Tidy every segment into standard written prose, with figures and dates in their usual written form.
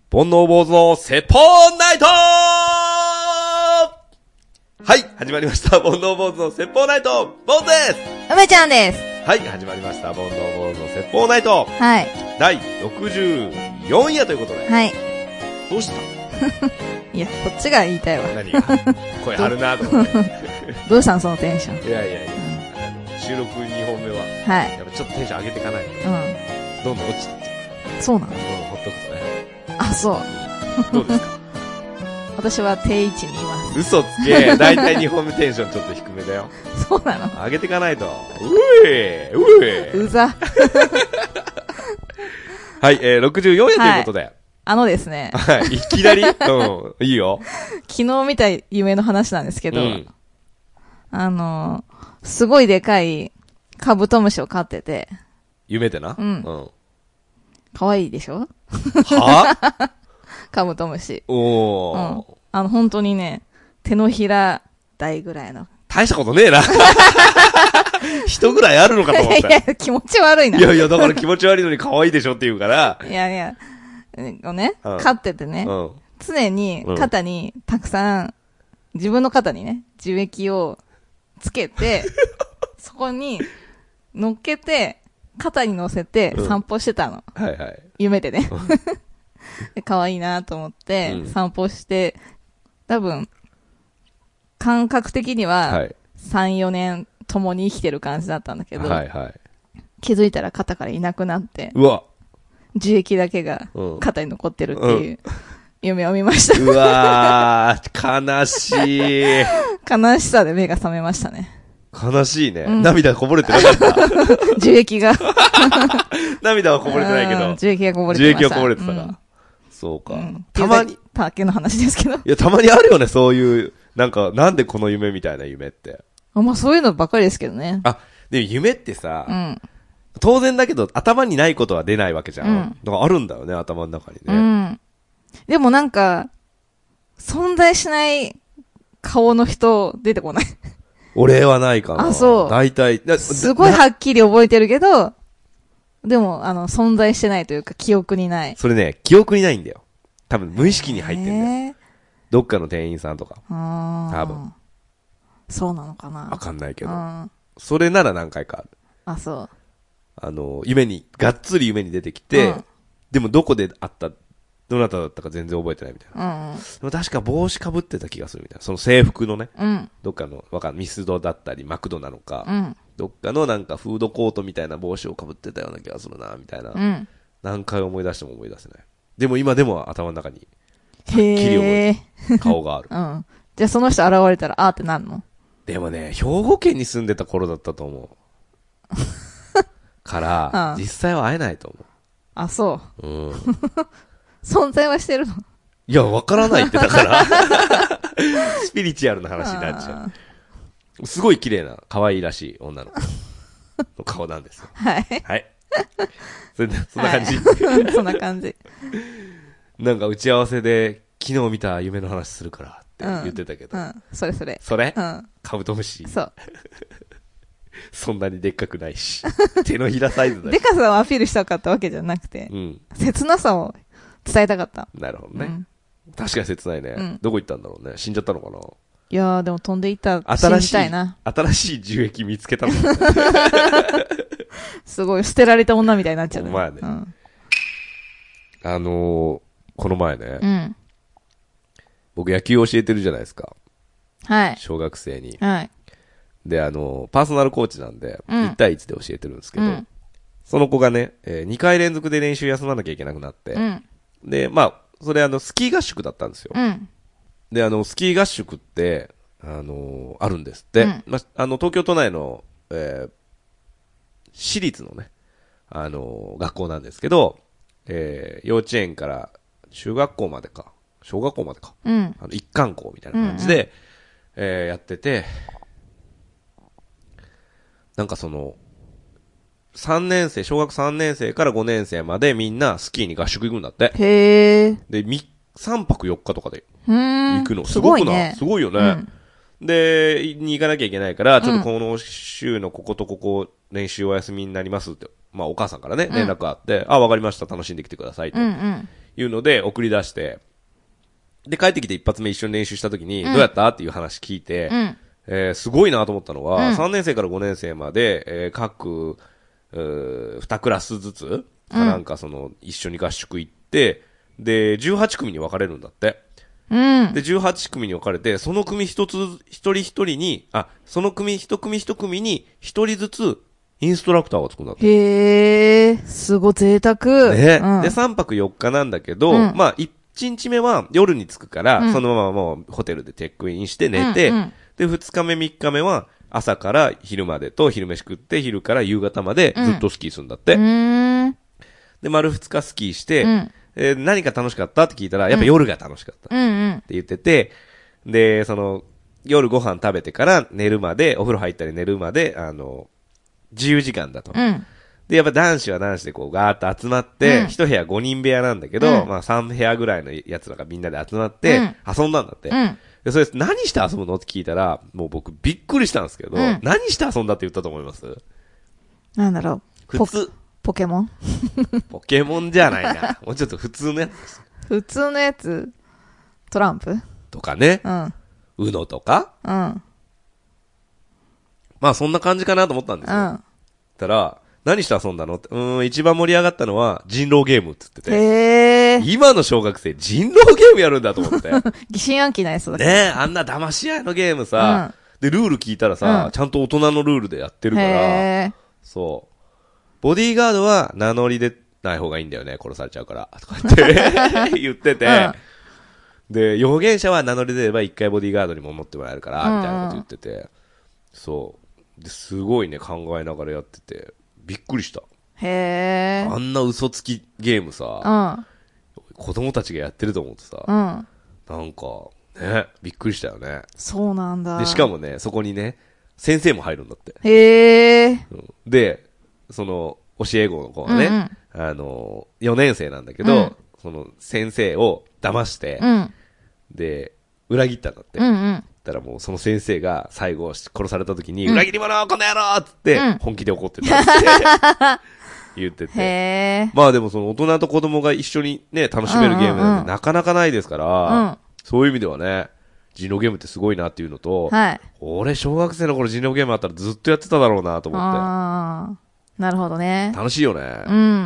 煩悩坊主の説法ナイト。はい、始まりました。煩悩坊主の説法ナイト。坊主です。 梅ちゃんです。 はい、始まりました。煩悩坊主の説法ナイト。 はい。 第64夜ということで。 はい。 どうしたいや、こっちが言いたいわ。 何が声張るなと思って。 どうしたんそのテンション。 いやいやいや、収録2本目は、 はい。 やっぱちょっとテンション上げていかないと。どんどん落ちてっちゃう。 そうなの？ ほっとくとね。 あ、そう。 どうですか？ 私は定位置にいます。 嘘つけ。だいたい2本目テンションちょっと低めだよ。 そうなの？ 上げていかないと。 うざ。 はい、64夜ということで。 ですね。 はい、いきなりいいよ。 昨日見た夢の話なんですけど、すごいでかいカブトムシを飼ってて。 夢でな。 かわいいでしょ？ はぁ？ カブトムシ。 おー。 本当にね、手のひら台ぐらいの。 大したことねえな。人ぐらいあるのかと思った。 いや、気持ち悪いな。 いやいや、だから気持ち悪いのに可愛いでしょって言うから。 いやいや、飼っててね、常に肩にたくさん、自分の肩にね、樹液をつけて、そこに乗っけて、肩に乗せて散歩してたの。 はいはい。 夢でね。可愛いなと思って散歩して、多分、感覚的には3、4年共に生きてる感じだったんだけど、気づいたら肩からいなくなって、 うわ、 樹液だけが肩に残ってるっていう夢を見ました。 うわー、悲しい。 悲しさで目が覚めましたね。 悲しいね。涙こぼれてなかった。 樹液が。 涙はこぼれてないけど。 樹液がこぼれてました。 樹液がこぼれてたか。そうか。たまに。 だけの話ですけど。 いや、たまにあるよね、そういう、なんでこの夢みたいな夢って。 まあそういうのばっかりですけどね。 でも夢ってさ、当然だけど頭にないことは出ないわけじゃん。だからあるんだよね、頭の中にね。 でも存在しない顔の人出てこない。 俺はないかな。 あ、そう。 大体。 すごいはっきり覚えてるけど、でも、存在してないというか、記憶にない。 それね、記憶にないんだよ。多分、無意識に入ってんだよ。どっかの店員さんとか。多分。 そうなのかな。 わかんないけど。それなら何回かある。 あ、そう。 がっつり夢に出てきて、でもどこで会った、どなただったか全然覚えてないみたいな。でも確か帽子かぶってた気がするみたいな。その制服のね。どっかの、ミスドだったり、マクドなのか。どっかのフードコートみたいな帽子をかぶってたような気がするな、みたいな。何回思い出しても思い出せない。でも今でも頭の中に、はっきり覚えてる顔がある。 じゃあその人現れたら、ってなんの？ でもね、兵庫県に住んでた頃だったと思う。から、実際は会えないと思う。 あ、そう。存在はしてるの？ いや、わからないってだから。スピリチュアルな話になっちゃう。すごい綺麗な、可愛いらしい女の子の顔なんですよ。 はい。 はい。そんな感じ。 そんな感じ。 打ち合わせで、昨日見た夢の話するからって言ってたけど。 それ。 それ？カブトムシ。 そう。 そんなにでっかくないし。手のひらサイズだし。 でかさをアピールしたかったわけじゃなくて、切なさを伝えたかった。 なるほどね。確かに切ないね。どこ行ったんだろうね。死んじゃったのかな。 いやー、でも飛んでいったら信じたいな。 新しい樹液見つけたの。 すごい、捨てられた女みたいになっちゃうね。 前ね。この前ね。僕野球教えてるじゃないですか。 はい。 小学生に。 はい。 で、パーソナルコーチなんで、1対1で教えてるんですけど、その子がね、2回連続で練習休まなきゃいけなくなって、で、それスキー合宿だったんですよ。で、スキー合宿って、あるんですって。東京都内の、私立のね、学校なんですけど、幼稚園から中学校までか、小学校までか、一貫校みたいな感じで、やってて、3年生、小学3年生から5年生までみんなスキーに合宿行くんだって。 へー。 で、3泊4日とかで行くの。すごくない？すごいよね。で、に行かなきゃいけないから、ちょっとこの週のこことここ練習お休みになりますってまあお母さんからね、連絡あって、あ、わかりました、楽しんできてください、というので送り出して、で、帰ってきて一発目一緒に練習した時に、どうやったっていう話聞いて、すごいなと思ったのは、3年生から5年生まで、各、2クラスずつ、なんか一緒に合宿行って、で、18組に分かれるんだって。で、18組に分かれて、その組一人一人に、その組一組一組に一人ずつインストラクターがつくんだって。 へー、すごい贅沢。 ね、で、3泊4日なんだけど、まあ、1日目は夜に着くから、そのままもうホテルでチェックインして寝て、で、2日目3日目は朝から昼までと昼飯食って、昼から夕方までずっとスキーするんだって。で、丸2日スキーして、何か楽しかったって聞いたら、やっぱ夜が楽しかった。って言ってて、で、夜ご飯食べてから寝るまで、お風呂入ったり寝るまで、自由時間だと。で、やっぱ男子は男子でこうガーッと集まって、一部屋5人部屋なんだけど、まあ3部屋ぐらいのやつらがみんなで集まって、遊んだんだって。で、それ何して遊ぶのって聞いたら、もう僕びっくりしたんですけど、何して遊んだって言ったと思います？ なんだろう。 普通。 ポケモンポケモンじゃないな。もうちょっと普通のやつです。 普通のやつトランプとかね。ウノとかまあそんな感じかなと思ったんですよ。たら、何して遊んだのって、一番盛り上がったのは人狼ゲームって言ってて。今の小学生人狼ゲームやるんだと思って。 疑心暗鬼なやつだねえ、あんな騙し合いのゲームさ、で、ルール聞いたらさ、ちゃんと大人のルールでやってるから、そう。ボディーガードは名乗り出ない方がいいんだよね、殺されちゃうから。とかって言ってて、で、預言者は名乗り出れば一回ボディーガードにも持ってもらえるから、みたいなこと言ってて、そう。で、すごいね、考えながらやってて、びっくりした。 へー。 あんな嘘つきゲームさ、子供たちがやってると思ってさ、なんか、ね、びっくりしたよね。 そうなんだ。 で、しかもね、そこにね、先生も入るんだって。 へー。 で、教え子の子はね、4年生なんだけど、その先生を騙して、で、裏切ったんだって。だからもうその先生が最後殺された時に、裏切り者この野郎っつって、本気で怒ってたって言ってて。まあでも大人と子供が一緒にね、楽しめるゲームなんてなかなかないですから、そういう意味ではね、人狼ゲームってすごいなっていうのと、俺小学生の頃人狼ゲームあったらずっとやってただろうなと思って。 なるほどね。 楽しいよね。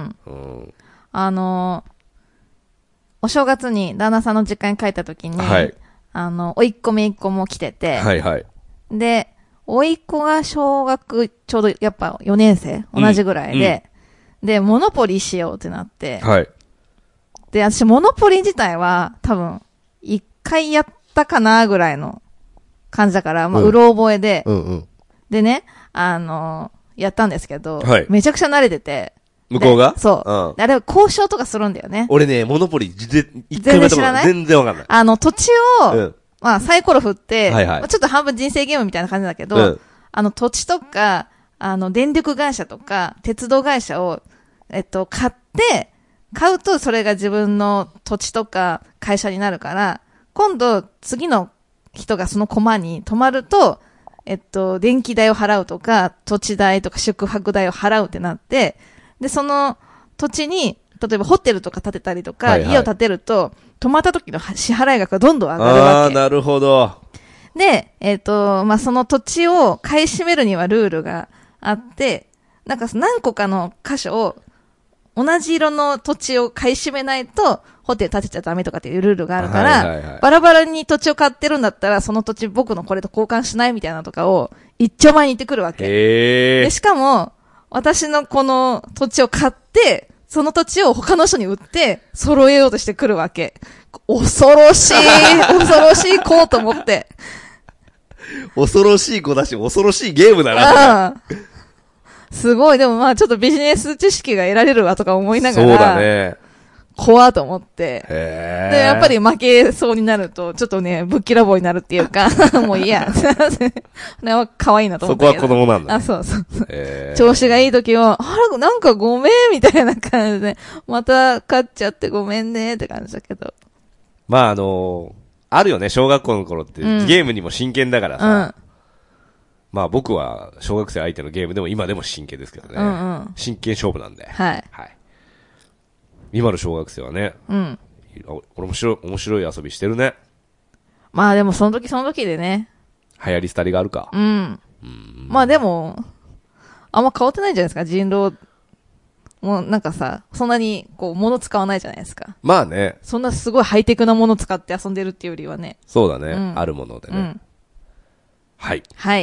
お正月に旦那さんの実家に帰った時に、おいっ子めいっ子も来てて、で、おいっ子が小学ちょうどやっぱ4年生、同じぐらいで、で、モノポリーしようってなって、で、私モノポリー自体は多分、1回やったかなぐらいの感じだから、まあ、うろ覚えで、でね、やったんですけど、めちゃくちゃ慣れてて。 向こうがそう。あれは交渉とかするんだよね。 俺ね、モノポリ全然知らない？ 全然わかんない。 土地を、まあ、サイコロ振って、ちょっと半分人生ゲームみたいな感じだけど、土地とか、電力会社とか、鉄道会社を、買うとそれが自分の土地とか会社になるから、今度次の人がそのコマに泊まると、電気代を払うとか、土地代とか宿泊代を払うってなって、で、その土地に、例えばホテルとか建てたりとか、家を建てると、泊まった時の支払い額がどんどん上がるわけ。 なるほど。 で、まあ、その土地を買い占めるにはルールがあって、なんか何個かの箇所を、同じ色の土地を買い占めないと、ホテル建てちゃダメとかっていうルールがあるから、バラバラに土地を買ってるんだったら、その土地僕のこれと交換しないみたいなのとかを、一丁前に言ってくるわけ。で、しかも、私のこの土地を買って、その土地を他の人に売って、揃えようとしてくるわけ。恐ろしい子と思って。 恐ろしい子だし、恐ろしいゲームだな。 すごい、でもまあちょっとビジネス知識が得られるわとか思いながら。 そうだね。 怖と思って。で、やっぱり負けそうになると、ちょっとね、ぶっきらぼうになるっていうか、もういいや。可愛いなと思って。 そこは子供なんだ、ね。 そう。調子がいい時は、なんかごめんみたいな感じで、また勝っちゃってごめんねって感じだけど。 まああるよね、小学校の頃って、ゲームにも真剣だからさ。 まあ僕は小学生相手のゲームでも今でも真剣ですけどね。真剣勝負なんで。 はい。 今の小学生はね。面白い遊びしてるね。 まあでもその時でね。 流行り廃りがあるか。 まあでも、あんま変わってないんじゃないですか、人狼。もうなんかさ、そんなに物使わないじゃないですか。 まあね。 そんなすごいハイテクなもの使って遊んでるっていうよりはね。 そうだね。あるものでね。はい。 はい。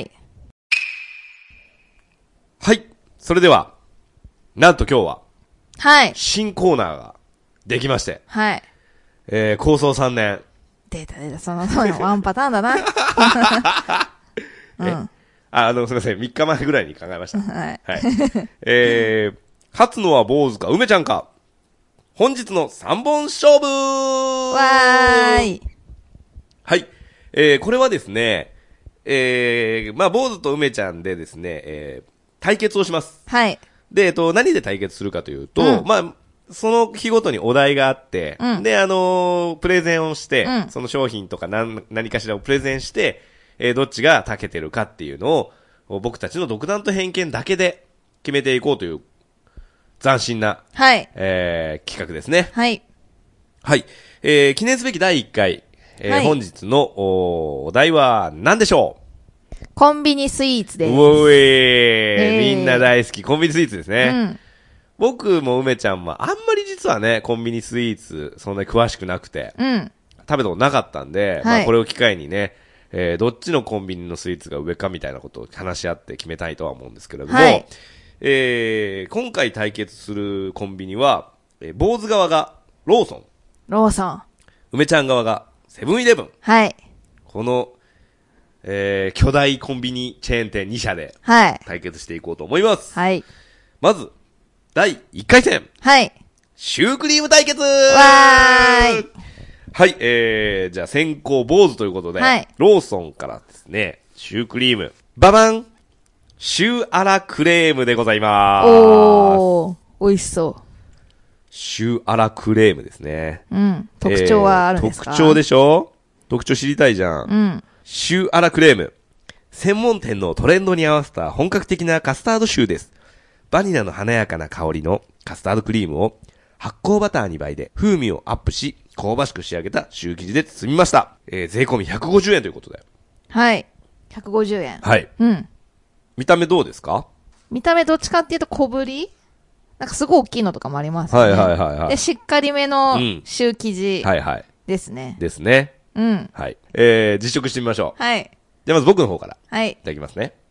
はい。それでは、なんと今日は、 はい。 新コーナーができまして。 はい。 構想3年。 出た、そういうワンパターンだな。 すみません。3日前ぐらいに考えました。 はい。 勝つのは坊主か、梅ちゃんか。本日の3本勝負わーい。 はい。これはですね、まあ、坊主と梅ちゃんでですね、対決をします。 はい。 で、何で対決するかというと、まあ、その日ごとにお題があって、で、プレゼンをして、その商品とか何かしらをプレゼンして、どっちが長けてるかっていうのを、僕たちの独断と偏見だけで決めていこうという、斬新な、 はい。 企画ですね。 はい。 はい。記念すべき第1回、本日のお題は何でしょう？ コンビニスイーツです。 みんな大好き。コンビニスイーツですね。僕も梅ちゃんもあんまり実はね、コンビニスイーツ、そんなに詳しくなくて、食べたことなかったんで、まあこれを機会にね、どっちのコンビニのスイーツが上かみたいなことを話し合って決めたいとは思うんですけれども、今回対決するコンビニは、坊主側がローソン。梅ちゃん側がセブンイレブン。 はい。 この、巨大コンビニチェーン店2社で、対決していこうと思います。 はい。 まず、第1回戦。 はい。 シュークリーム対決。 わーい。 はい、じゃあ先行坊主ということで、ローソンからですね、シュークリーム。ババンシューアラクレームでございます。 おー、美味しそう。 シューアラクレームですね。 特徴はあるんですか？ 特徴でしょ？特徴知りたいじゃん。シューアラクレーム。専門店のトレンドに合わせた本格的なカスタードシューです。バニラの華やかな香りのカスタードクリームを発酵バター2倍で風味をアップし、香ばしく仕上げたシュー生地で包みました。税込み150円ということで。 はい。150円。 はい。見た目どうですか？ 見た目どっちかっていうと小ぶり？なんかすごい大きいのとかもありますね。はい。で、しっかりめのシュー生地ですね。 ですね。はい。実食してみましょう。はい。じゃあまず僕の方から。はい。いただきますね。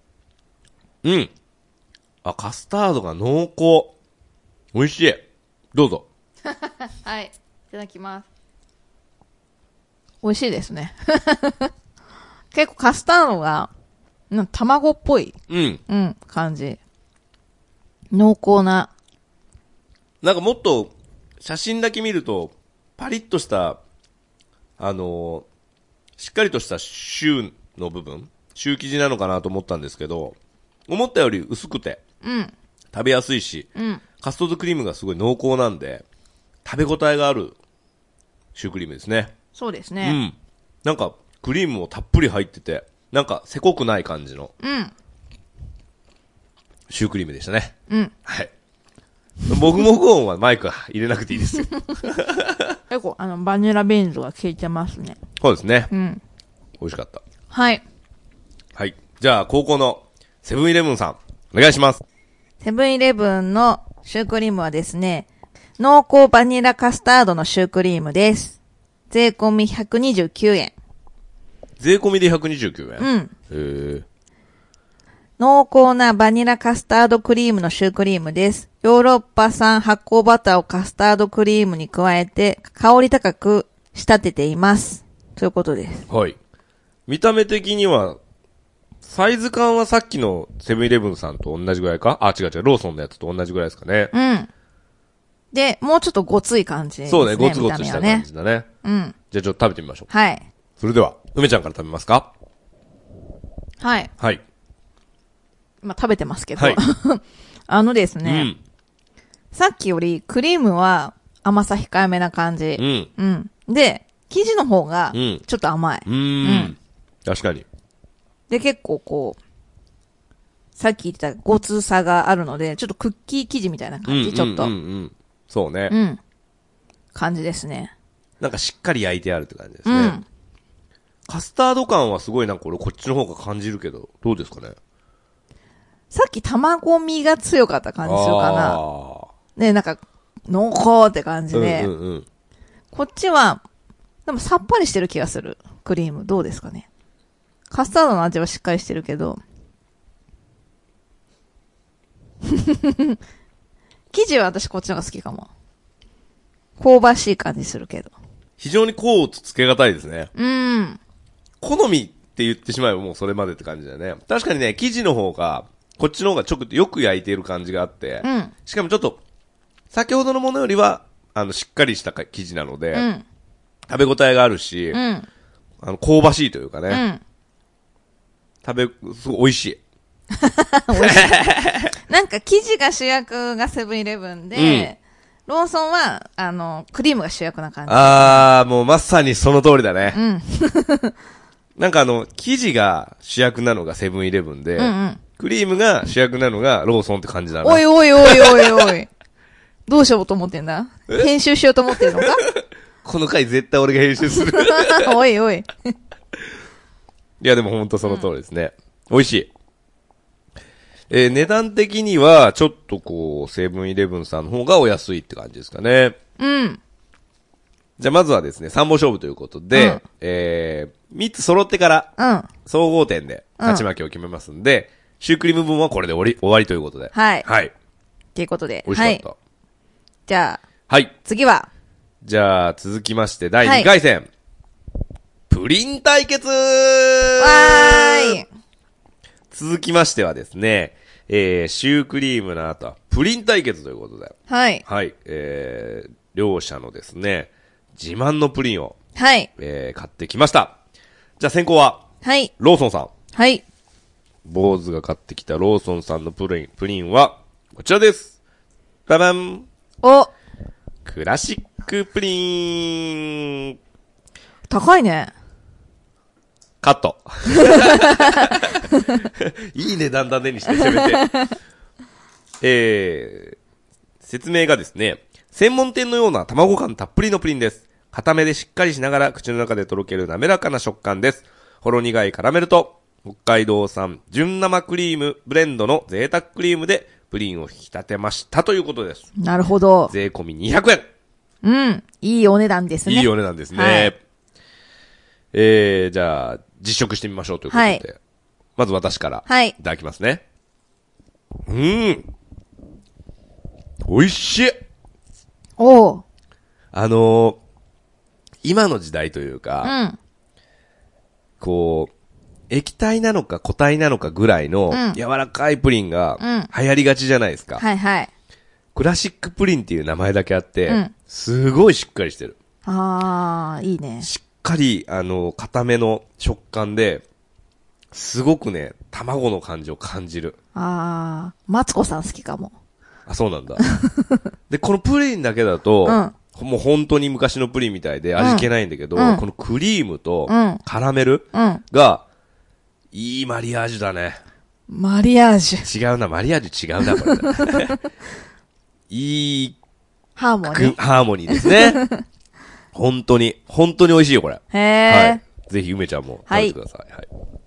カスタードが濃厚。美味しい。どうぞ。 はい。いただきます。美味しいですね。結構カスタードが、卵っぽい。感じ。濃厚な。 なんかもっと、写真だけ見ると、パリッとした、しっかりとしたシューの部分、シュー生地なのかなと思ったんですけど、思ったより薄くて、食べやすいし、カスタードクリームがすごい濃厚なんで、食べ応えがあるシュークリームですね。 そうですね。 なんか、クリームもたっぷり入ってて、なんか、せこくない感じの、シュークリームでしたね。はい。僕もご音はマイク入れなくていいですよ。 結構、バニラビーンズが効いてますね。 そうですね。美味しかった。 はい。 はい。じゃあ、高校のセブンイレブンさん、お願いします。 セブンイレブンのシュークリームはですね、濃厚バニラカスタードのシュークリームです。税込み129円。 税込みで129円？ 濃厚なバニラカスタードクリームのシュークリームです。ヨーロッパ産発酵バターをカスタードクリームに加えて香り高く仕立てています。ということです。 はい。見た目的には、サイズ感はさっきのセブンイレブンさんと同じぐらいか？違う、ローソンのやつと同じぐらいですかね。 で、もうちょっとごつい感じですね。 そうね、ごつごつした感じだね。じゃあちょっと食べてみましょう。 はい。 それでは、梅ちゃんから食べますか？ はい。 はい。 今食べてますけど。はい。ですね。さっきよりクリームは甘さ控えめな感じ。で、生地の方がちょっと甘い。 確かに。 で、結構さっき言ってたごつさがあるので、ちょっとクッキー生地みたいな感じ、ちょっと。 そうね。 感じですね。 なんかしっかり焼いてあるって感じですね。カスタード感はすごいなんか俺こっちの方が感じるけど、どうですかね。 さっき卵味が強かった感じするかな。ね、なんか、濃厚って感じで。こっちは、でもさっぱりしてる気がする。クリーム。どうですかね。カスタードの味はしっかりしてるけど。生地は私こっちの方が好きかも。香ばしい感じするけど。 非常にこうつけがたいですね。好みって言ってしまえばもうそれまでって感じだよね。確かにね、生地の方が、こっちの方がちょっとよく焼いている感じがあって、しかもちょっと、先ほどのものよりは、しっかりした生地なので、食べ応えがあるし、香ばしいというかね、すごい美味しい。 美味しい。なんか生地が主役がセブンイレブンで、ローソンは、クリームが主役な感じ。 もうまさにその通りだね。なんか生地が主役なのがセブンイレブンで、クリームが主役なのがローソンって感じだな。 おいおいおいおいおい。どうしようと思ってんだ？編集しようと思ってるのか？ この回絶対俺が編集する。 おいおい。 いやでもほんとその通りですね。美味しい。値段的にはちょっとこう、セブンイレブンさんの方がお安いって感じですかね。じゃあまずはですね、3本勝負ということで、3つ揃ってから、総合点で勝ち負けを決めますんで、シュークリーム分はこれで終わりということで。 はい。 はい。 ということで。 美味しかった。はい、 じゃあ。 はい。 次は。 じゃあ、続きまして、第2回戦。プリン対決わーい。 続きましてはですね、シュークリームの後は、プリン対決ということで。 はい。 はい。両者のですね、自慢のプリンを。 はい。 買ってきました。じゃあ先行は。 はい。 ローソンさん。 はい。 坊主が買ってきたローソンさんのプリンは、こちらです。ババン。クラシックプリン。 高いね。 カット。いい値段だねにしてせめて。説明がですね、専門店のような卵感たっぷりのプリンです。固めでしっかりしながら口の中でとろける滑らかな食感です。ほろ苦いカラメルと北海道産純生クリームブレンドの贅沢クリームでプリンを引き立てましたということです。 なるほど。 税込み200 円。いいお値段ですね。 いいお値段ですね。はい、じゃあ、実食してみましょうということで。はい、まず私から。はい。いただきますね。美味しい。今の時代というか、こう、液体なのか固体なのかぐらいの柔らかいプリンが流行りがちじゃないですか。 はいはい。 クラシックプリンっていう名前だけあって、すごいしっかりしてる。 いいね。 しっかり、固めの食感で、すごくね、卵の感じを感じる。 マツコさん好きかも。 そうなんだ。で、このプリンだけだと、もう本当に昔のプリンみたいで味気ないんだけど、このクリームとカラメルが、いいマリアージュだね。 マリアージュ。 違うな、マリアージュ違うな、これ。いい、 ハーモニーですね。本当に美味しいよ、これ。はい。ぜひ、梅ちゃんも食べてください。はい。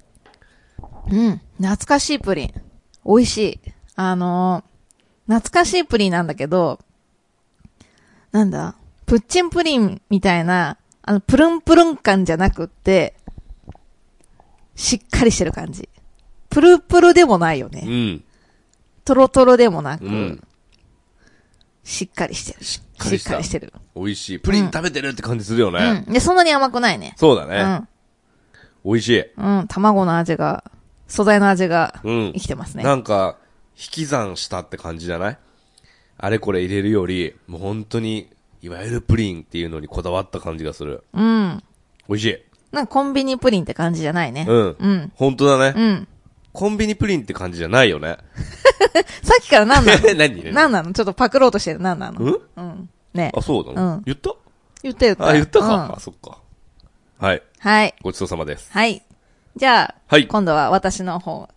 懐かしいプリン。美味しい。懐かしいプリンなんだけど、なんだ、プッチンプリンみたいな、プルンプルン感じゃなくって、しっかりしてる感じ。プルプルでもないよね。トロトロでもなく、しっかりしてる。しっかりしてる。 美味しい。プリン食べてるって感じするよね。 で、そんなに甘くないね。 そうだね。美味しい。 卵の味が、素材の味が、生きてますね。 なんか、引き算したって感じじゃない？あれこれ入れるより、もう本当に、いわゆるプリンっていうのにこだわった感じがする。美味しい。 なんかコンビニプリンって感じじゃないね。 本当だね。コンビニプリンって感じじゃないよね。 さっきから何なの何なのちょっとパクろうとしてる。何なのね。 そうなの言った言った。 言ったか。そっか。はい。 はい。 ごちそうさまです。 はい。じゃあ、今度は私の方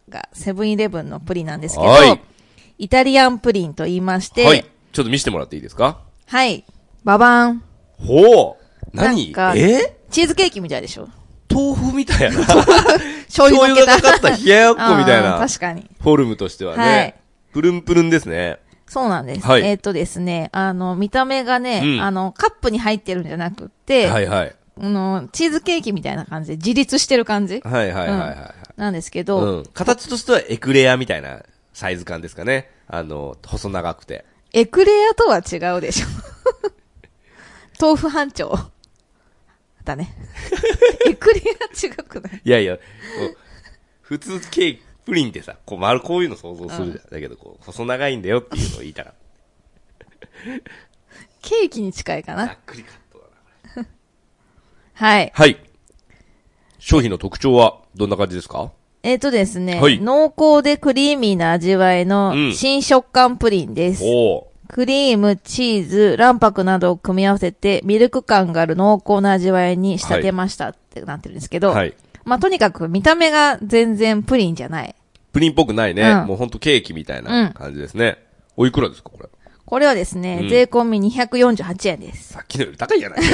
がセブンイレブンのプリンなんですけど、 はい、 イタリアンプリンと言いまして、 はい。ちょっと見せてもらっていいですか？ はい。ババン。 ほう。何？ チーズケーキみたいでしょ？ 豆腐みたいやな。 醤油がかかった冷ややっこみたいな。 確かに。 フォルムとしてはね。はい。プルンプルンですね。 そうなんです。 はい。 ですね、見た目がね、カップに入ってるんじゃなくて、 はいはい。 チーズケーキみたいな感じで自立してる感じ。 はいはいはいはい。 なんですけど、 形としてはエクレアみたいなサイズ感ですかね。細長くて。 エクレアとは違うでしょ。豆腐半丁。だね。エクレア違くない？ いやいや、普通プリンってさ、こういうの想像するじゃん。だけど、細長いんだよっていうのを言いたかった。 ケーキに近いかな。 ざっくりカットだな、これ。 はい。 はい。商品の特徴はどんな感じですか？ ですね、はい、濃厚でクリーミーな味わいの新食感プリンです。クリーム、チーズ、卵白などを組み合わせてミルク感がある濃厚な味わいに仕立てましたってなってるんですけど、はい、まあ、とにかく見た目が全然プリンじゃない。 プリンっぽくないね。もうほんとケーキみたいな感じですね。おいくらですかこれ？ これはですね、税込み248円です。 さっきのより高いじゃない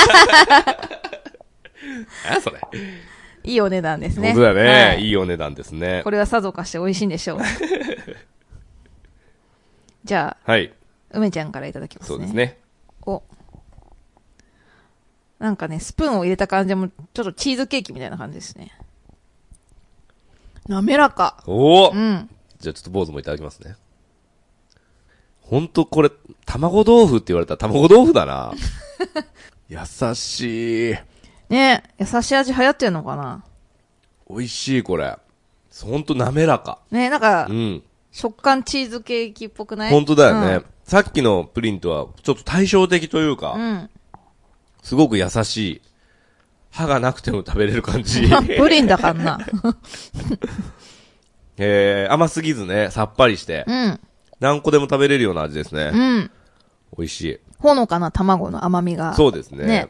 何それ。 いいお値段ですね。 本当だね、はい。いいお値段ですね。 これはさぞかして美味しいんでしょう。じゃあ、 はい。 梅ちゃんからいただきますね。 そうですね。 なんかね、スプーンを入れた感じも、ちょっとチーズケーキみたいな感じですね。滑らか。 おー。じゃあちょっと坊主もいただきますね。ほんとこれ、卵豆腐って言われたら卵豆腐だな。優しい。 ねえ、優しい味流行ってるのかな？ 美味しいこれ。ほんと滑らか。 ねえ、なんか、食感チーズケーキっぽくない？ ほんとだよね。さっきのプリンとはちょっと対照的というか、すごく優しい。歯がなくても食べれる感じ。 プリンだからな。 甘すぎずね、さっぱりして。何個でも食べれるような味ですね。美味しい。 ほのかな卵の甘みが。 そうですね。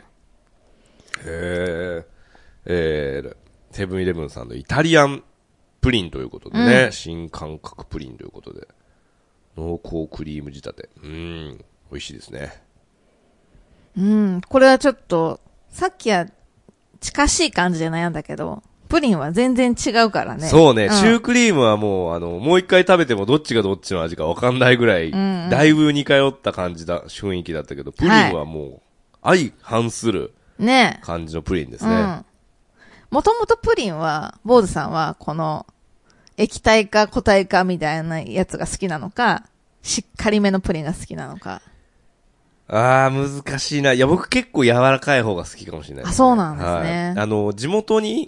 セブンイレブンさんのイタリアンプリンということでね、新感覚プリンということで。濃厚クリーム仕立て。美味しいですね。 これはちょっと、さっきは近しい感じで悩んだけど、プリンは全然違うからね。 そうね、シュークリームはもう、もう一回食べてもどっちがどっちの味かわかんないぐらい、だいぶ似通った感じ雰囲気だったけど、プリンはもう、相反する感じのプリンですね。 もともとプリンは、坊主さんは、この、液体か固体かみたいなやつが好きなのか、しっかりめのプリンが好きなのか。 難しいな。いや、僕結構柔らかい方が好きかもしれないですね。 そうなんですね。 はい、地元に、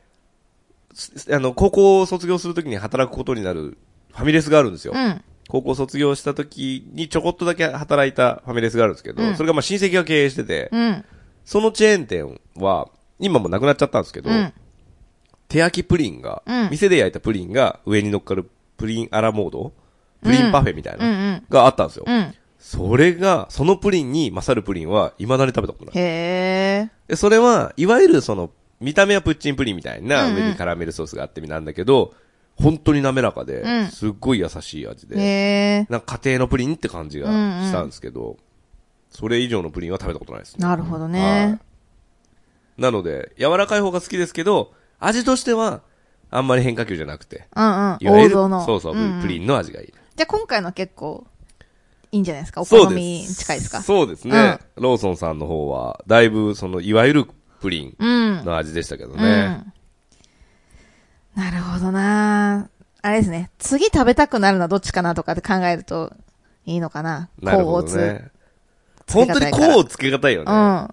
高校を卒業するときに働くことになるファミレスがあるんですよ。高校卒業したときにちょこっとだけ働いたファミレスがあるんですけど、それがまあ親戚が経営してて、そのチェーン店は、今もなくなっちゃったんですけど、手焼きプリンが、店で焼いたプリンが上に乗っかるプリンアラモード、プリンパフェみたいな、があったんですよ。それが、そのプリンに勝るプリンは未だに食べたことない。 へー。それは、いわゆるその、見た目はプッチンプリンみたいな、上にカラメルソースがあってなんだけど、本当に滑らかで、すっごい優しい味で、なんか家庭のプリンって感じがしたんですけど、それ以上のプリンは食べたことないですね。 なるほどね。 なので、柔らかい方が好きですけど、味としては、あんまり変化球じゃなくて、 いわゆる王道の。 そうそう、プリンの味がいい。 じゃあ今回の結構、いいんじゃないですか？お好みに近いですか？ そうですね。ローソンさんの方は、だいぶ、いわゆるプリンの味でしたけどね。 なるほどな。あれですね。次食べたくなるのはどっちかなとかって考えるといいのかな。 なるほどね。本当にこうつけがたいよね。はい。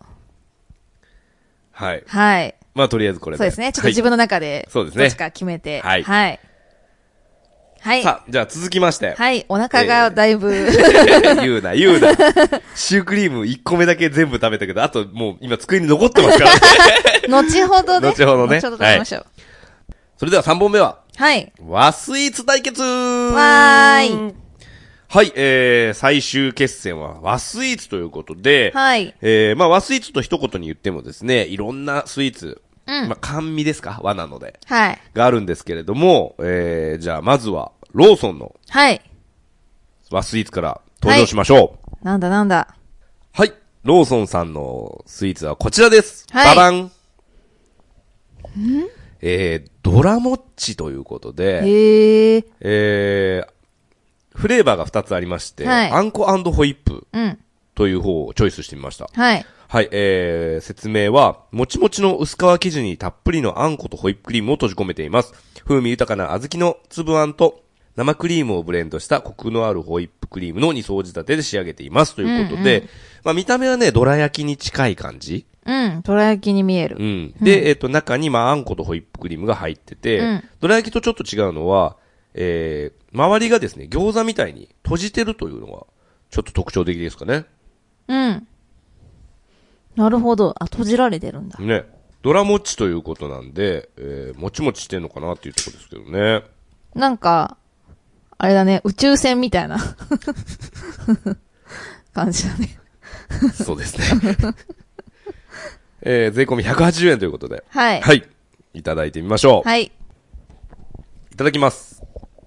はい。 まあとりあえずこれで。 そうですね。ちょっと自分の中で、そうですね。どっちか決めて。 はい。 はい。はい。 さあ、じゃあ続きまして。 はい。お腹がだいぶ、 言うな。シュークリーム1個目だけ全部食べたけど、あともう今机に残ってますからね。 後ほどね。 後ほどね。 後ほど食べましょう。 それでは3本目は。 はい。 和スイーツ対決わーい。 はい、最終決戦は和スイーツということで、 はい。 まあ和スイーツと一言に言ってもですね、いろんなスイーツまあ、甘味ですか和なので。 はい。 があるんですけれども、じゃあまずは、ローソンの。 はい。 和スイーツから登場しましょう。 なんだなんだ。 はい。ローソンさんのスイーツはこちらです。 はい。 ババン。ドラモッチということで、フレーバーが2つありまして、はい、あんこ&ホイップという方をチョイスしてみました。 はい。 はい、説明は、もちもちの薄皮生地にたっぷりのあんことホイップクリームを閉じ込めています。風味豊かな小豆の粒あんと生クリームをブレンドしたコクのあるホイップクリームの2層仕立てで仕上げています。ということで、まあ見た目はね、どら焼きに近い感じ。 どら焼きに見える。 で、中にまああんことホイップクリームが入ってて、どら焼きとちょっと違うのは、周りがですね、餃子みたいに閉じてるというのが、ちょっと特徴的ですかね。 なるほど。あ、閉じられてるんだ。 ね。ドラモッチということなんで、もちもちしてんのかなっていうところですけどね。 なんか、あれだね、宇宙船みたいな感じだね。 そうですね。税込み180円ということで。 はい。 はい。いただいてみましょう。 はい。 いただきます。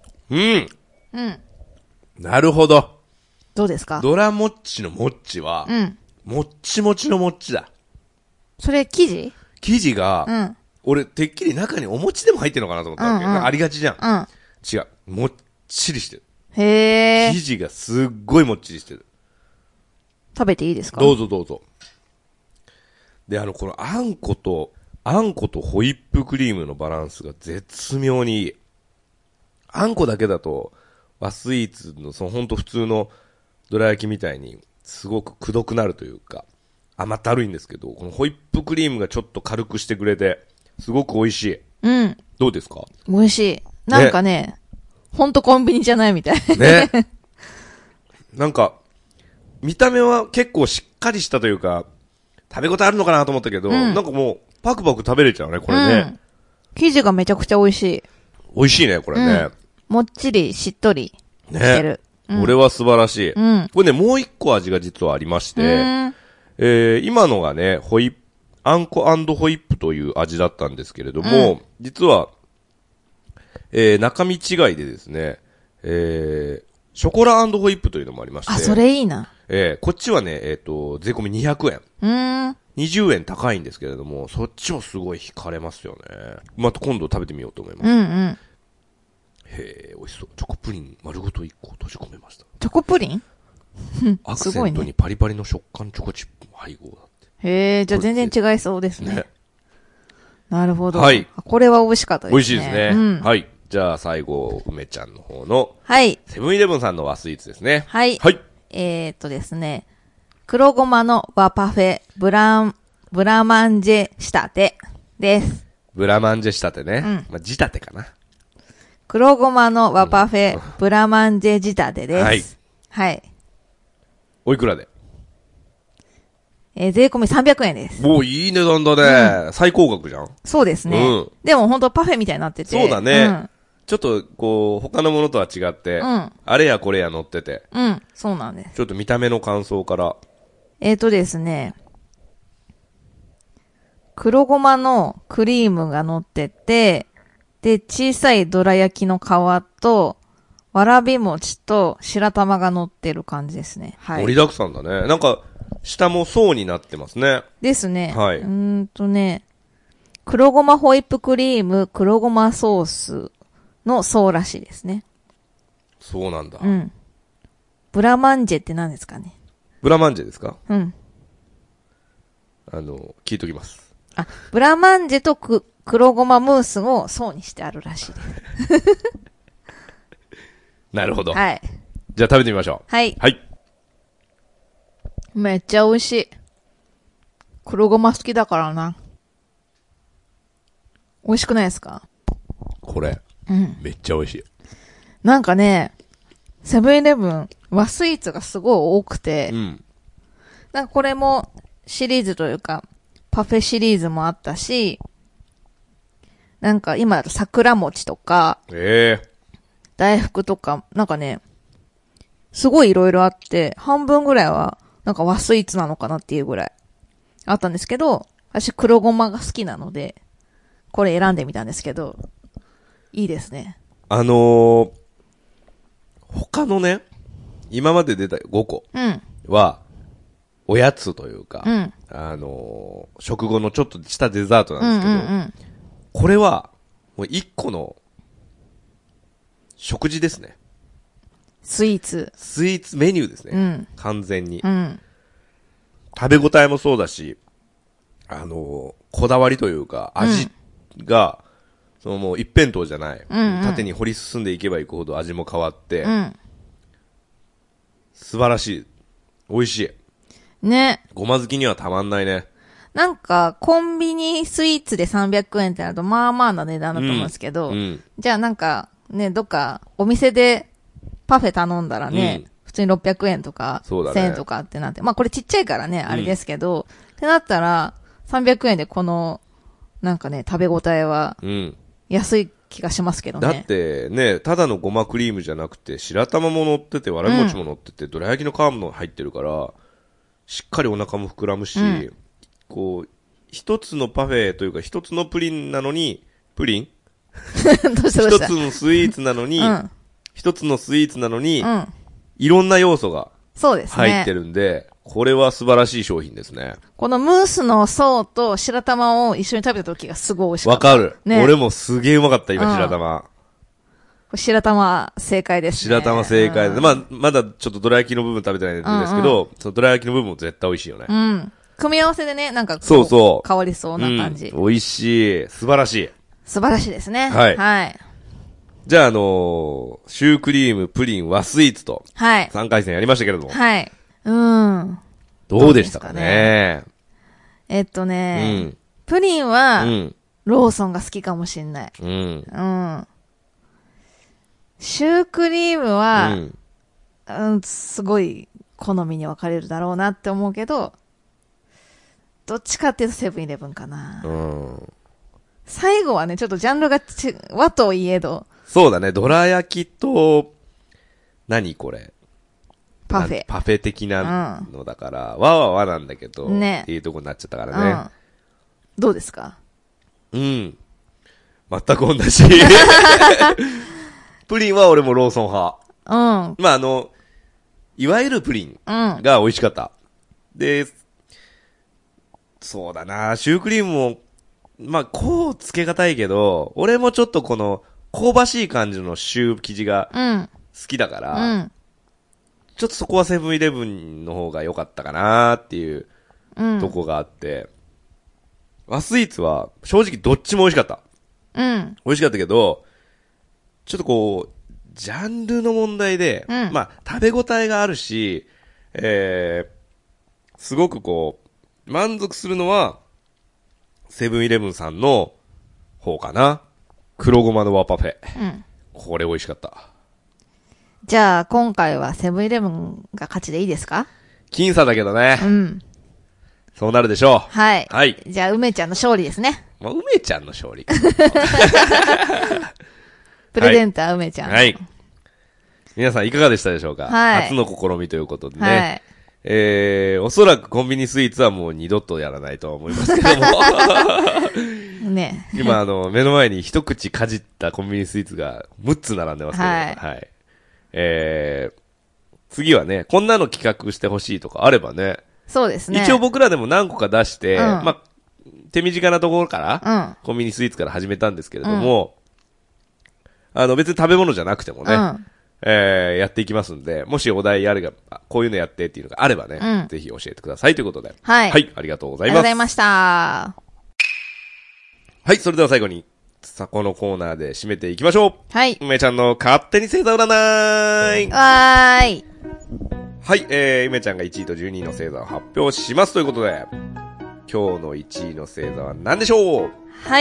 なるほど。 どうですか？ ドラモッチのモッチは、もっちもちのもっちだ。 それ生地が、俺、てっきり中にお餅でも入ってるのかなと思ったわけ。ありがちじゃん。違う。もっちりしてる。 へー。 生地がすっごいもっちりしてる。 食べていいですか？ どうぞどうぞ。で、このあんことホイップクリームのバランスが絶妙にいい。あんこだけだと、和スイーツのほんと普通のどら焼きみたいに、すごくくどくなるというか、甘ったるいんですけど、このホイップクリームがちょっと軽くしてくれて、すごく美味しい。どうですか？ 美味しい。なんかね、ほんとコンビニじゃないみたい。 ね。なんか、見た目は結構しっかりしたというか、食べ応えあるのかなと思ったけど、なんかもう、パクパク食べれちゃうね、これね。 生地がめちゃくちゃ美味しい。 美味しいね、これね。 もっちり、しっとりしてる。 これは素晴らしい。これね、もう一個味が実はありまして、今のがね、あんこ&ホイップという味だったんですけれども、実は、中身違いでですね、ショコラ&ホイップというのもありまして。 あ、それいいな。 こっちはね、税込み200円。20円高いんですけれども、そっちもすごい惹かれますよね。また今度食べてみようと思います。へー、美味しそう。チョコプリン丸ごと1個閉じ込めました。 チョコプリンアクセントにパリパリの食感チョコチップも配合だって。 へー、じゃあ全然違いそうですね。なるほど。 はい。 これは美味しかったですね。 美味しいですね。はい。じゃあ最後、梅ちゃんの方の、 はい。 セブンイレブンさんの和スイーツですね。 はい。 はい。 ですね、黒ごまの和パフェ、ブラマンジェ仕立てです。 ブラマンジェ仕立てね。まあ、仕立てかな。 黒ごまの和パフェ、ブラマンジェ仕立てです。はい。はい。 おいくらで？ 税込み300円です。 もういい値段だね。最高額じゃん。 そうですね。でも本当パフェみたいになってて。 そうだね。ちょっと、こう、他のものとは違って、あれやこれや乗ってて。 そうなんです。 ちょっと見た目の感想から。 ですね、黒ごまのクリームが乗ってて、で、小さいどら焼きの皮と、わらび餅と白玉が乗ってる感じですね。はい。 盛りだくさんだね。なんか、下も層になってますね。 ですね。 はい。 黒ごまホイップクリーム、黒ごまソースの層らしいですね。 そうなんだ。 ブラマンジェって何ですかね？ ブラマンジェですか？聞いときます。 あ、ブラマンジェと黒ごまムースを層にしてあるらしいです。 なるほど。 はい。 じゃあ食べてみましょう。 はい。 はい。 めっちゃ美味しい。黒ごま好きだからな。美味しくないですか？ これ。めっちゃ美味しい。 なんかね、セブンイレブン和スイーツがすごい多くて、なんかこれもシリーズというか、パフェシリーズもあったし、なんか今だと桜餅とか、大福とか、なんかね、すごいいろいろあって、半分ぐらいはなんか和スイーツなのかなっていうぐらいあったんですけど、私黒ごまが好きなので、 これ選んでみたんですけど、いいですね。 他のね、今まで出た5個は、おやつというか、食後のちょっとしたデザートなんですけど、これは、もう1個の食事ですね。 スイーツメニューですね。完全に。食べ応えもそうだし、こだわりというか、味が、もう一辺倒じゃない。縦に掘り進んでいけばいくほど味も変わって、素晴らしい。美味しい。 ね。 ごま好きにはたまんないね。 なんか、コンビニスイーツで300円ってなると、まあまあな値段だと思うんですけど、じゃあなんか、ね、どっか、お店でパフェ頼んだらね、普通に600円とか、1000円とかってなって、まあこれちっちゃいからね、あれですけど、ってなったら、300円でこの、なんかね、食べ応えは、安い気がしますけどね。 だってね、ただのごまクリームじゃなくて、白玉も乗ってて、わらび餅も乗ってて、どら焼きの皮も入ってるから、しっかりお腹も膨らむし、こう、一つのパフェというか、一つのプリンなのに、どうした一つのスイーツなのに、一つのスイーツなのに、いろんな要素が入ってるんで、これは素晴らしい商品ですね。 このムースの層と白玉を一緒に食べた時がすごい美味しかった。 わかる。ね、俺もすげえうまかった、今、白玉。 白玉正解ですね。 白玉正解で。まあ、まだちょっとどら焼きの部分食べてないんですけど、そのどら焼きの部分も絶対美味しいよね。 組み合わせでね、なんかそう変わりそうな感じ。 美味しい。素晴らしい。 素晴らしいですね。 はい。じゃあシュークリーム、プリン、和スイーツと、3回戦やりましたけれども。 はい。 どうでしたかね。 プリンは、ローソンが好きかもしんない。シュークリームは、すごい好みに分かれるだろうなって思うけど、どっちかっていうとセブンイレブンかな。最後はね、ちょっとジャンルが和といえど。 そうだね、どら焼きと、何これ。 パフェ的なのだから、和は和なんだけど、っていうとこになっちゃったからね。 どうですか？ 全く同じ。プリンは俺もローソン派。まあいわゆるプリンが美味しかった。で、そうだな、シュークリームも、まあ、こうつけがたいけど、俺もちょっとこの、香ばしい感じのシュー生地が好きだから、ちょっとそこはセブンイレブンの方が良かったかなっていうとこがあって、和スイーツは正直どっちも美味しかった。美味しかったけど、ちょっとこう、ジャンルの問題で、まあ、食べ応えがあるし、すごくこう、満足するのは、セブンイレブンさんの方かな。黒ごまの和パフェ。これ美味しかった。 じゃあ、今回はセブンイレブンが勝ちでいいですか？ 僅差だけどね。そうなるでしょう。 はい。はい。じゃあ、梅ちゃんの勝利ですね。 まあ、梅ちゃんの勝利。 プレゼンター、梅ちゃん。 はい。皆さんいかがでしたでしょうか？初の試みということでね。おそらくコンビニスイーツはもう二度とやらないとは思いますけども。 ね。 今目の前に一口かじったコンビニスイーツが6つ並んでますけど、はい。次はね、こんなの企画してほしいとかあればね。 そうですね。 一応僕らでも何個か出して、まあ、手短なところから、コンビニスイーツから始めたんですけれども、別に食べ物じゃなくてもね、やっていきますんで、もしお題あれば、こういうのやってっていうのがあればね、ぜひ教えてくださいということで。はい。はい、ありがとうございます。 ありがとうございました。はい、それでは最後に、このコーナーで締めていきましょう。 はい。 梅ちゃんの勝手に星座占い。 わーい。 はい、梅ちゃんが1位と12位の星座を発表しますということで、今日の1位の星座は何でしょう？ はい。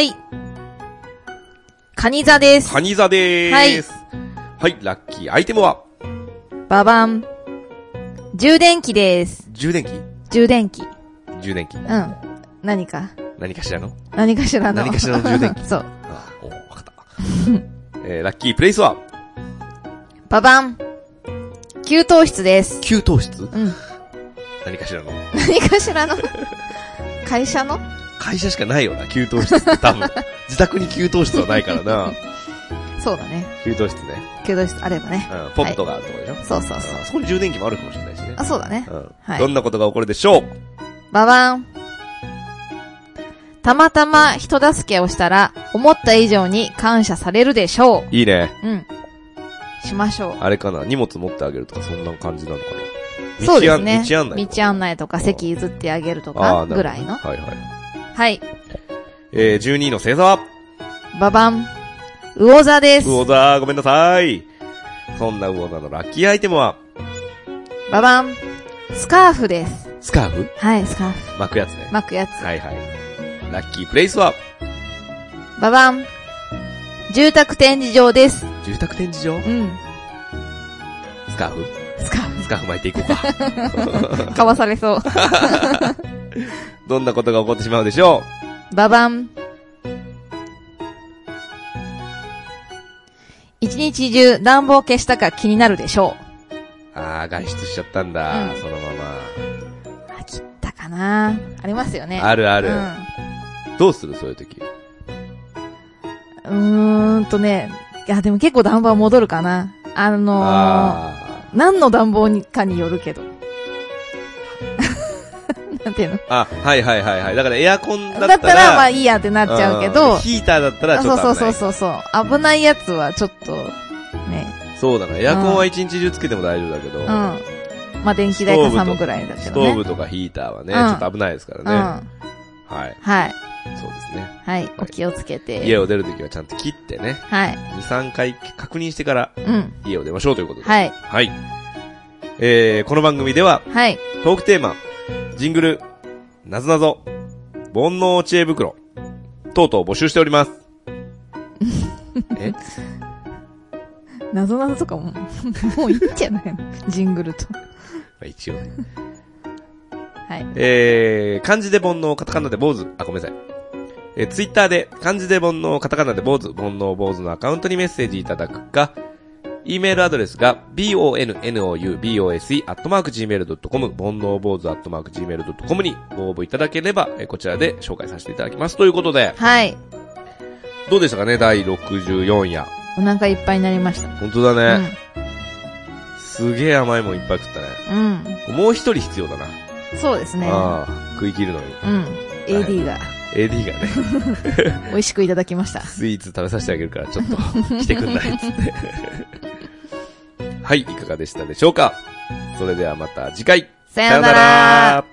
蟹座です。 蟹座でーす。はい。はい、ラッキーアイテムはババン。充電器です。 充電器？ 充電器。 充電器。 何かしらの充電器。 そう。 わかった。ラッキープレイスはババン。給湯室です。 給湯室？何かしらの会社の会社しかないよな、給湯室って多分。自宅に給湯室はないからな。 そうだね。 給湯室ね。 給湯室あればね。 うん、ポットがあるとこでしょ、はい、 そうそうそう。 そこに充電器もあるかもしれないしね。 あ、そうだね。 うん。はい。どんなことが起こるでしょう？ ババン。たまたま人助けをしたら、思った以上に感謝されるでしょう。 いいね。 うん。しましょう。 あれかな、荷物持ってあげるとかそんな感じなのかな。 そうですね。 道案内とか席譲ってあげるとかぐらいの。 はいはい。 はい。 12位の星座はババン。魚座です。 魚座、ごめんなさい。そんな魚座のラッキーアイテムはババン。スカーフです。 スカーフ？ はい、スカーフ。 巻くやつね。 巻くやつ。 はいはい。ラッキープレイスはババン。住宅展示場です。 住宅展示場？うん。スカーフ？ スカーフ巻いていこうか。かわされそう。 どんなことが起こってしまうでしょう？ババン。一日中暖房消したか気になるでしょう。ああ、外出しちゃったんだ、そのまま。切ったかな。ありますよね。 あるある。どうするそういう時。 いやでも結構暖房戻るかな。何の暖房かによるけど。なんていうの？ あ、はいはいはいはい。だからエアコンだったらまあいいやってなっちゃうけど、 ヒーターだったらちょっと危ない。 そう。危ないやつはちょっと、ね。 そうだな。エアコンは一日中つけても大丈夫だけど。うん。 まあ電気代かさむぐらいだけどね。 ストーブとかヒーターはね、ちょっと危ないですからね。はい。 はい。 そうですね。 はい。お気をつけて。 家を出るときはちゃんと切ってね。 はい。 2、3回確認してから、家を出ましょうということで。 はい。 はい。この番組では、 はい。 トークテーマ、ジングル、なぞなぞ、煩悩知恵袋、等々募集しております。え？ なぞなぞとかもういいんじゃないの？ジングルと。 一応ね。 はい。 漢字で煩悩、カタカナで坊主。あ、ごめんなさい。ツイッターで漢字で煩悩、カタカナで坊主、煩悩坊主のアカウントにメッセージいただくか、E メールアドレスが bonnoubose@gmail.com 煩悩坊主@gmail.com にご応募いただければ、こちらで紹介させていただきます。ということで。 はい。 どうでしたかね、第64夜。 お腹いっぱいになりました。 本当だね。すげえ甘いもんいっぱい食ったね。もう一人必要だな。 そうですね。 食い切るのに。 AD が。 AD がね。 美味しくいただきました。 スイーツ食べさせてあげるから、ちょっと来てくんないっつって。はい、いかがでしたでしょうか？それではまた次回。 さよなら。